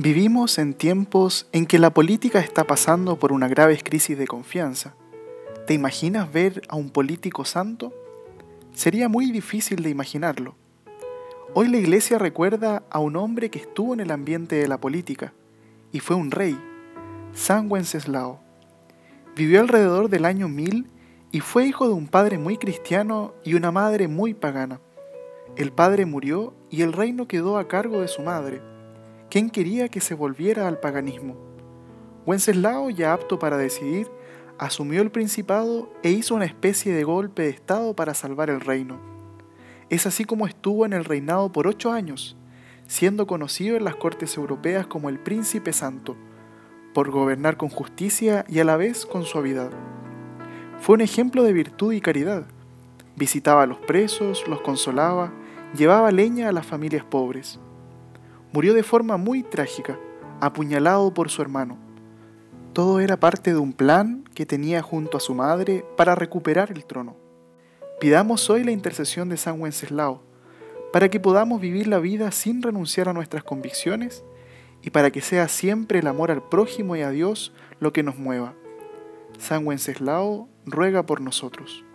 Vivimos en tiempos en que la política está pasando por una grave crisis de confianza. ¿Te imaginas ver a un político santo? Sería muy difícil de imaginarlo. Hoy la Iglesia recuerda a un hombre que estuvo en el ambiente de la política y fue un rey, San Wenceslao. Vivió alrededor del año 1000 y fue hijo de un padre muy cristiano y una madre muy pagana. El padre murió y el reino quedó a cargo de su madre, quien quería que se volviera al paganismo. Wenceslao, ya apto para decidir, asumió el principado e hizo una especie de golpe de estado para salvar el reino. Es así como estuvo en el reinado por 8 años, siendo conocido en las cortes europeas como el Príncipe Santo, por gobernar con justicia y a la vez con suavidad. Fue un ejemplo de virtud y caridad. Visitaba a los presos, los consolaba, llevaba leña a las familias pobres. Murió de forma muy trágica, apuñalado por su hermano. Todo era parte de un plan que tenía junto a su madre para recuperar el trono. Pidamos hoy la intercesión de San Wenceslao, para que podamos vivir la vida sin renunciar a nuestras convicciones y para que sea siempre el amor al prójimo y a Dios lo que nos mueva. San Wenceslao ruega por nosotros.